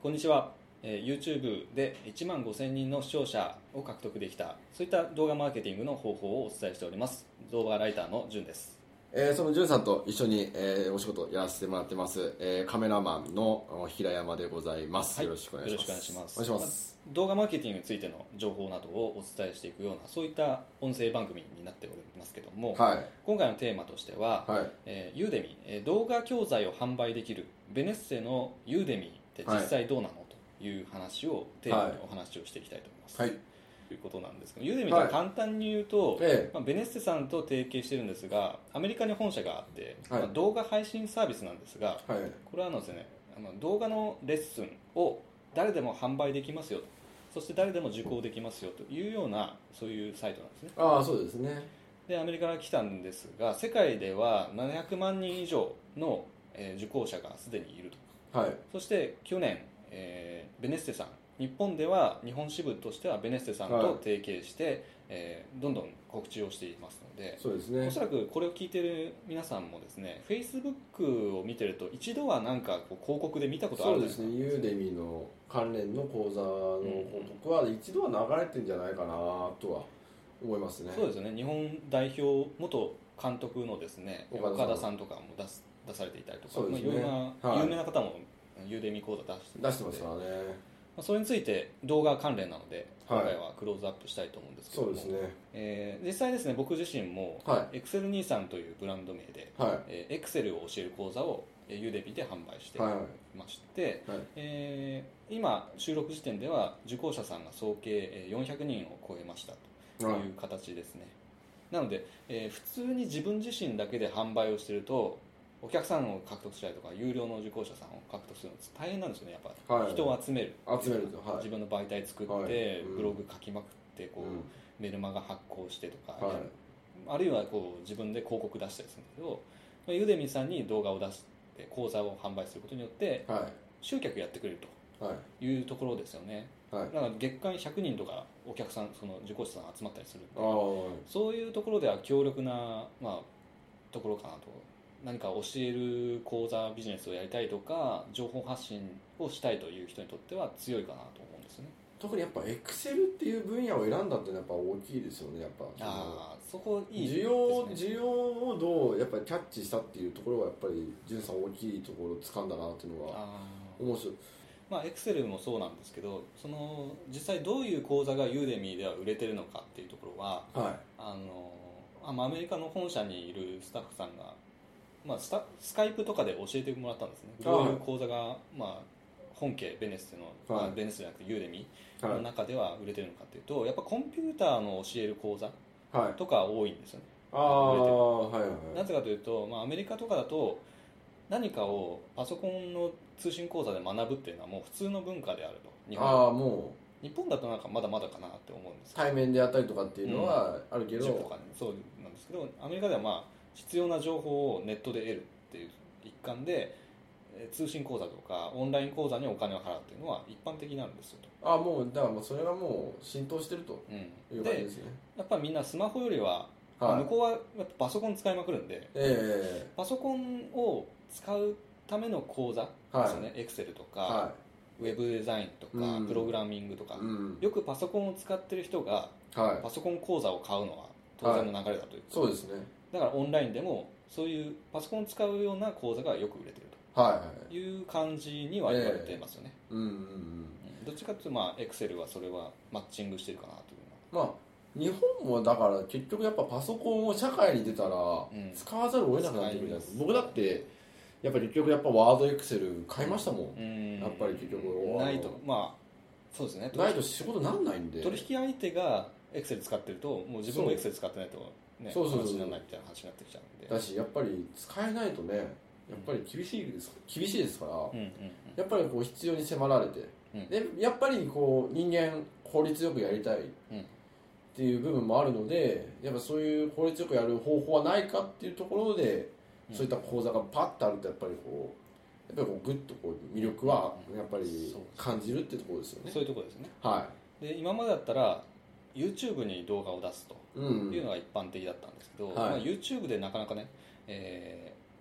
こんにちは。YouTube で1万5000人の視聴者を獲得できた、そういった動画マーケティングの方法をお伝えしております。動画ライターのじゅんです。 そのじゅんさんと一緒に、お仕事やらせてもらってます、カメラマンの平山でございます、 はい、 よろしくお願いします。 よろしくお願いします。 お願いします。 動画マーケティングについての情報などをお伝えしていくような、そういった音声番組になっておりますけども、 はい、 今回のテーマとしては、 はい、 ユーデミ、動画教材を販売できるベネッセのユーデミって実際どうなの、という話をテーマにお話をしていきたいと思います。 はい、 ということなんですけど、ユーデミは簡単に言うと、ベネッセさんと提携してるんですが、アメリカに本社があって、動画配信サービスなんですが、これはですね、動画のレッスンを誰でも販売できますよと、そして誰でも受講できますよというような、そういうサイトなんですね。 ああ、そうですね。 でアメリカから来たんですが、世界では700万人以上の受講者がすでにいると、そして去年、ベネッセさん、日本では日本支部としてはベネッセさんと提携して、どんどん告知をしていますので、 そうですね、 おそらくこれを聞いている皆さんもですね、Facebook を見てると一度はなんかこう広告で見たことあるんですか。 そうですね、ユーデミの関連の講座の広告は一度は流れてるんじゃないかなとは思いますね。 そうですね、日本代表元監督のですね、岡田さんとかも出されていたりとか、 そうですね、 いろんな有名な方もユーデミ講座出してますからね。 それについて動画関連なので今回はクローズアップしたいと思うんですけども、 そうですね、 実際ですね、僕自身も Excel23 というブランド名で、Excel を教える講座をユーデミで販売していまして、今収録時点では受講者さんが総計400人を超えましたという形ですね。なので、普通に自分自身だけで販売をしているとお客さんを獲得したりとか有料の受講者さんを獲得するの大変なんですよね。やっぱ、人を集めると、自分の媒体作って、ブログ書きまくってこう、メルマガ発行してとか、あるいはこう自分で広告出したりするんだけど、ユーデミさんに動画を出して講座を販売することによって、集客やってくれるというところですよね。だから月間100人とかお客さん、その受講者さん集まったりするので、そういうところでは強力な、ところかなと。何か教える講座ビジネスをやりたいとか情報発信をしたいという人にとっては強いかなと思うんですよね。 特にやっぱエクセルっていう分野を選んだっていうのはやっぱ大きいですよね。やっぱそこいいですね。 需要をどうやっぱりキャッチしたっていうところはやっぱりじゅんさん大きいところを掴んだなっていうのは面白い。 エクセルもそうなんですけど、その実際どういう講座がユーデミーでは売れてるのかっていうところは、アメリカの本社にいるスタッフさんがスカイプとかで教えてもらったんですね。どういう講座が、本家ベネッセの、ベネッセじゃなくてユーデミの中では売れてるのかっていうと、やっぱコンピューターの教える講座とか多いんですよね。なぜかというと、アメリカとかだと何かをパソコンの通信講座で学ぶっていうのはもう普通の文化であると。日本だとなんかまだまだかなって思うんですけど、 対面でやったりとかっていうのはあるけど、 塾とかね、そうなんですけど、アメリカでは必要な情報をネットで得るっていう一環で通信講座とかオンライン講座にお金を払うっていうのは一般的なんですよと。 もうだからそれがもう浸透してるという感じですね。 でやっぱりみんなスマホよりは、向こうはパソコン使いまくるんで、パソコンを使うための講座ですよね。エクセルとか、ウェブデザインとか、プログラミングとか、よくパソコンを使ってる人が、パソコン講座を買うのは当然の流れだという、 そうですね。 だからオンラインでもそういうパソコンを使うような講座がよく売れているという感じには言われていますよね。どっちかというとエクセルはそれはマッチングしてるかなというのは。 日本もだから結局やっぱパソコンを社会に出たら使わざるを得なくなってくるじゃないですか。僕だってやっぱり結局やっぱワードエクセル買いましたもん。やっぱり結局ないとそうですね。 ないと仕事なんないんで。 取引相手がエクセル使ってるともう自分もエクセル使ってないと話にならないみたいな話になってきちゃうんで。 だしやっぱり使えないとね、やっぱり厳しいですから、やっぱりこう必要に迫られて、でやっぱりこう人間効率よくやりたいっていう部分もあるので、やっぱそういう効率よくやる方法はないかっていうところで、そういった講座がパッとあるとやっぱりこうグッとこう魅力はやっぱり感じるってところですよね。 そういうところですね。で今までだったら YouTube に動画を出すというのが一般的だったんですけど、YouTube でなかなかね、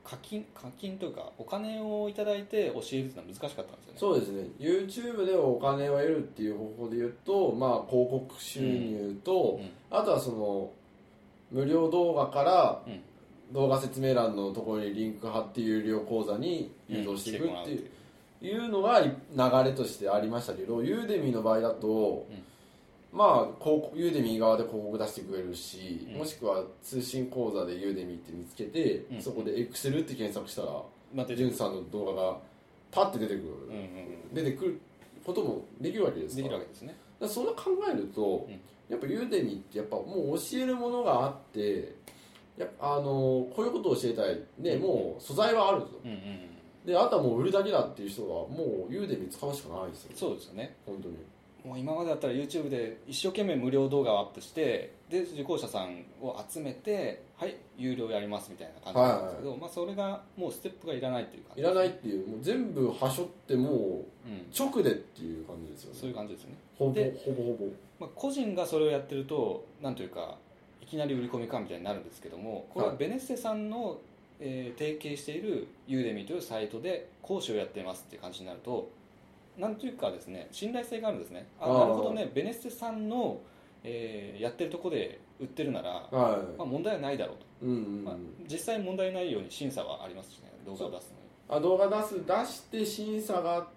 課金というかお金をいただいて教えるってのは難しかったんですよね。 そうですね。 YouTube でお金を得るっていう方法で言うと、まあ、広告収入と、あとはその無料動画から動画説明欄のところにリンク貼って有料講座に誘導していくっていうのが流れとしてありましたけど、ユーデミーの場合だと、まあ、ユーデミー側で広告出してくれるし、もしくは通信講座でユーデミーって見つけて、そこでエクセルって検索したらジュンさんの動画がパッて出てくることもできるわけですから。 できるわけですね。 だからそれを考えると、やっぱユーデミーってやっぱもう教えるものがあって、こういうことを教えたい、ね、もう素材はあるぞ、であとはもう売るだけだっていう人がもうユーデミー使うしかないですよ。 そうですよね。 本当にもう今までだったら YouTube で一生懸命無料動画をアップしてで受講者さんを集めてはい有料やりますみたいな感じなんですけど、まあ、それがもうステップがいらないっていう感じ、 いらないっていう、もう全部はしょってもう直でっていう感じですよね。 そういう感じですよね。 ほぼ、 まあ、個人がそれをやってるとなんというかいきなり売り込みかみたいになるんですけども、これはベネッセさんの、提携しているユーデミーというサイトで講師をやっていますっていう感じになると、なんというかですね、信頼性があるんですね。なるほどね、ベネッセさんの、やってるとこで売ってるなら、まあ、問題はないだろうと、まあ、実際問題ないように審査はありますしね、動画を出すのに。 動画出して審査があって、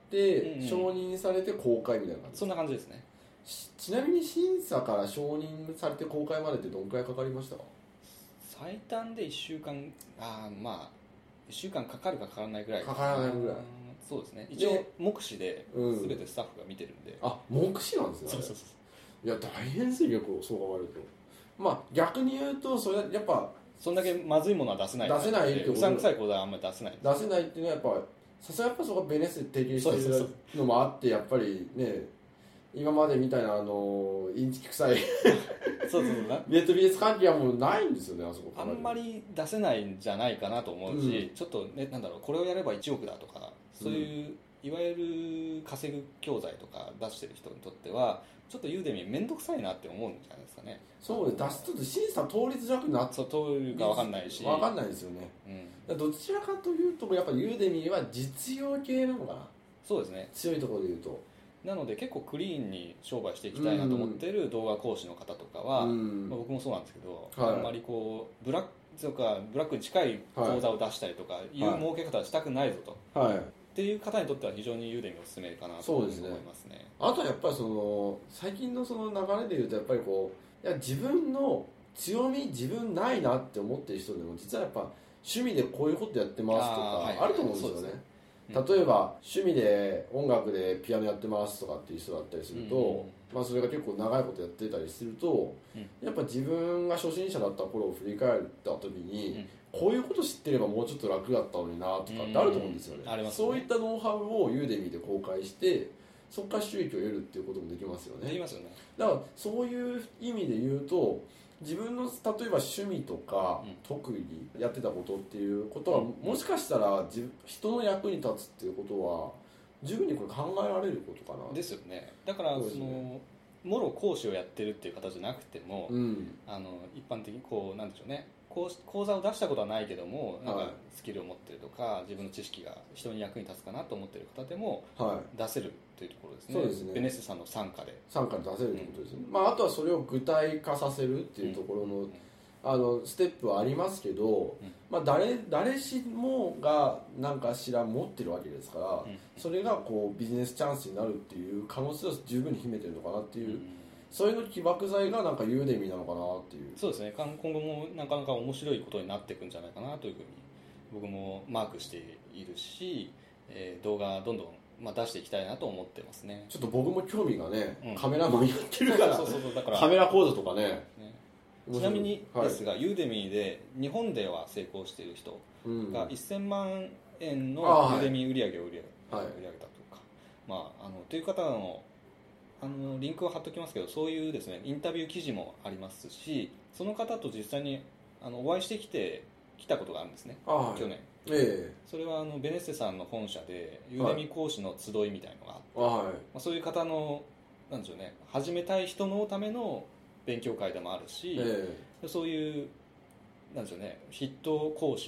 承認されて公開みたいな感じ。 そんな感じですね。 ちなみに審査から承認されて公開までってどんくらいかかりましたか？ 最短で1週間、まあ1週間かかるかかからないぐらい。 かからないぐらい。 そうですね。一応目視で全てスタッフが見てるんで。 目視なんですね。そういや大変ですよ、そう考えると。まあ逆に言うとそれやっぱそんだけまずいものは出せない。出せないってこと。うさんくさい講座はあんまり出せない。 出せないっていうのはやっぱさすがやっぱそこベネッセ提携してるのもあってやっぱりね。今までみたいなインチキ臭いネットビジネス関係はもうないんですよね、あそこ。 あんまり出せないんじゃないかなと思うし、ちょっとね、なんだろう、これをやれば1億だとかそういう、いわゆる稼ぐ教材とか出してる人にとってはちょっとユーデミー面倒くさいなって思うんじゃないですかね。 そうです、出しつつ審査通りづらくなって通るか分かんないし、 分かんないですよね、どちらかというとやっぱユーデミーは実用系なのかな。 そうですね、 強いところで言うと。 なので結構クリーンに商売していきたいなと思っている動画講師の方とかは、まあ、僕もそうなんですけど、あんまりこうブラックに近い講座を出したりとかいう儲け方はしたくないぞと、っていう方にとっては非常にユーデミーおすすめかなと思いますね。 あとはやっぱり最近のその流れでいうとやっぱりこう自分の強み自分ないなって思ってる人でも実はやっぱ趣味でこういうことやってますとかあると思うんですよね。例えば趣味で音楽でピアノやってますとかっていう人だったりすると、まあ、それが結構長いことやってたりすると、やっぱ自分が初心者だった頃を振り返った時に、こういうこと知ってればもうちょっと楽だったのになとかってあると思うんですよね。そういったノウハウをユーデミーで公開してそこから収益を得るっていうこともできますよね。 できますよね。 だからそういう意味で言うと自分の例えば趣味とか特技やってたことっていうことはもしかしたら人の役に立つっていうことは十分にこれ考えられることかなですよね。だからそのもろ講師をやってるっていう形じゃなくても、一般的にこうなんでしょうね、講座を出したことはないけどもなんかスキルを持ってるとか自分の知識が人に役に立つかなと思ってる方でも出せるというところですね。 そうですね。 ベネッセさんの傘下で出せるということですね。まああとはそれを具体化させるっていうところのステップはありますけど、まあ誰しもが何かしら持ってるわけですから、それがこうビジネスチャンスになるっていう可能性は十分に秘めてるのかなっていう。それの起爆剤がなんかユーデミーなのかなっていう。 そうですね。今後もなかなか面白いことになっていくんじゃないかなというふうに僕もマークしているし、動画どんどん出していきたいなと思ってますね。 ちょっと僕も興味がね、カメラマンやってるから、だからカメラ講座とかね。 ちなみにですが、ユーデミーで日本では成功している人が1000万円のユーデミー売り上げを売り上げたとか、という方のリンクを貼っておきますけど、そういうですねインタビュー記事もありますし、その方と実際にお会いしてきたことがあるんですね、去年。それはベネッセさんの本社でユーデミー講師の集いみたいなのがあって、そういう方のなんでしょうね、始めたい人のための勉強会でもあるし、そういうなんでしょうね、筆頭講師の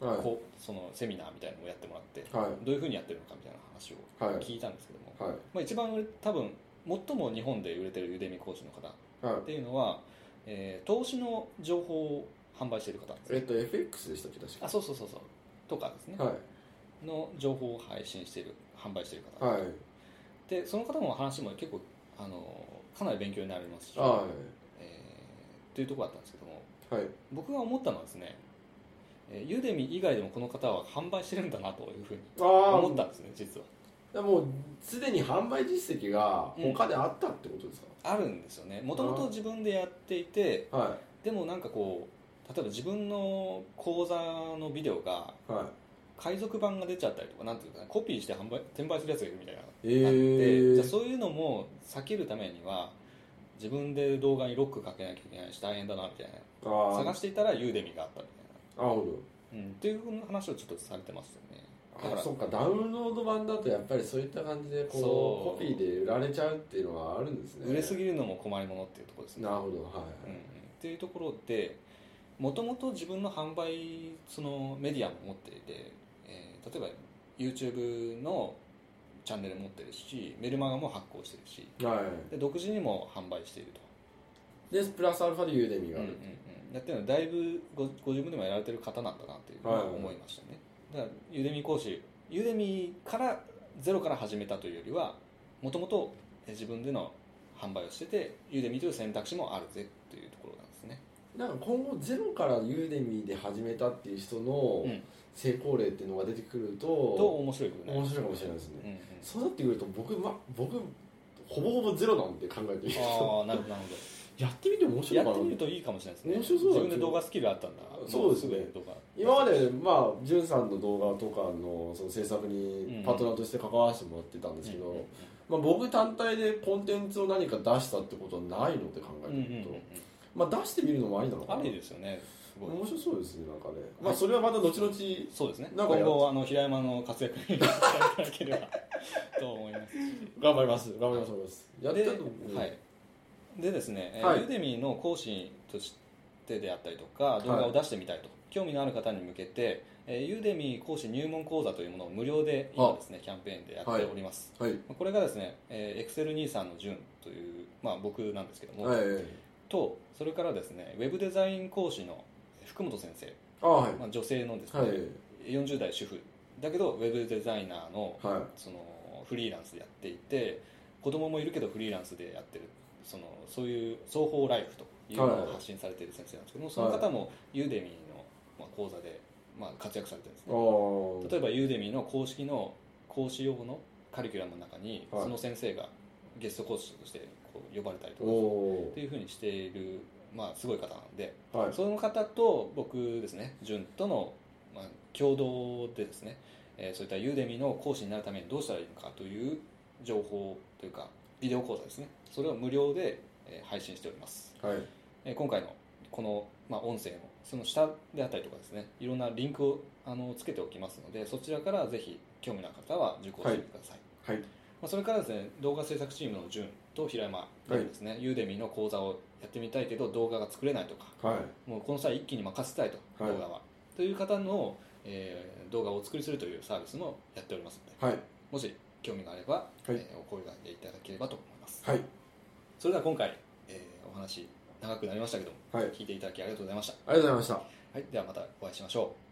そのセミナーみたいなのをやってもらって、どういうふうにやってるのかみたいな話を聞いたんですけども、一番多分最も日本で売れてるユデミ講師の方っていうのは、投資の情報を販売している方です、 FX でしたっけ確か。 そうとかですね、の情報を配信している販売している方、でその方の話も結構かなり勉強になりますし、というところだったんですけども、僕が思ったのはですね、ユデミ以外でもこの方は販売してるんだなというふうに思ったんですね、実は。 もうすでに販売実績が他であったってことですか？ あるんですよね。もともと自分でやっていて、でもなんかこう例えば自分の講座のビデオが海賊版が出ちゃったりとか、なんていうかな、コピーして転売するやつがいるみたいなのがあって、じゃあそういうのも避けるためには自分で動画にロックかけなきゃいけないし大変だなみたいな、探していたらユーデミがあったみたいな、っていう話をちょっとされてますよね。 そうか、ダウンロード版だとやっぱりそういった感じでコピーで売られちゃうっていうのはあるんですね。 売れすぎるのも困りものっていうところですね。 なるほど、 っていうところで、もともと自分の販売そのメディアも持っていて、例えば YouTube のチャンネル持ってるし、メルマガも発行してるし、で独自にも販売していると。でプラスアルファでユーデミがある、 やってるのはだいぶご自分でもやられてる方なんだなっていうのは思いましたね。だからユーデミ講師、ユーデミからゼロから始めたというよりは、もともと自分での販売をしてて、ユーデミという選択肢もあるぜというところなんですね。 なんか今後ゼロからユーデミで始めたっていう人の成功例っていうのが出てくると、 面白いかもしれないですね。そうなってくると僕ほぼほぼゼロなんて考えてみると、 なるほどやってみて面白いかな。 やってみるといいかもしれないですね。 面白そう。 自分で動画スキルあったんだ。 そうですね。今までジュンさんの動画とかのその制作にパートナーとして関わらせてもらってたんですけど、僕単体でコンテンツを何か出したってことはないので考えてみると、出してみるのもありなのかな。 ありですよね。 面白そうですね、なんかね。それはまた後々、 そうですね。今後平山の活躍にしていただければと思います。 頑張ります。やってるの。 はい。でですね、ユデミの講師としてであったりとか、動画を出してみたいと興味のある方に向けて、ユデミ講師入門講座というものを無料で今ですね、キャンペーンでやっております。これがですね、エクセル兄さんの潤という、僕なんですけども、とそれからですね、ウェブデザイン講師の福本先生、女性のですね、40代主婦だけどウェブデザイナーの、そのフリーランスでやっていて、子供もいるけどフリーランスでやってる、そういう双方ライフというのを発信されている先生なんですけども、その方もユーデミの講座で活躍されてるんですね。例えばユーデミの公式の講師用のカリキュラムの中に、その先生がゲスト講師として呼ばれたりとかっていうふうにしている、すごい方なので、その方と僕ですね、潤との、共同でですね、そういったユーデミの講師になるためにどうしたらいいのかという情報というかビデオ講座ですね、それを無料で配信しております。今回のこの、音声のその下であったりとかですね、いろんなリンクをつけておきますので、そちらからぜひ興味のある方は受講してみてください。それからですね、動画制作チームの潤と平山がですね、ユーデミの講座をやってみたいけど動画が作れないとか、もうこの際一気に任せたいと、動画はという方の、動画をお作りするというサービスもやっておりますので、もし興味があれば、お声掛けいただければと思います。それでは今回、お話長くなりましたけども、聞いていただきありがとうございました。 ありがとうございました。 ではまたお会いしましょう。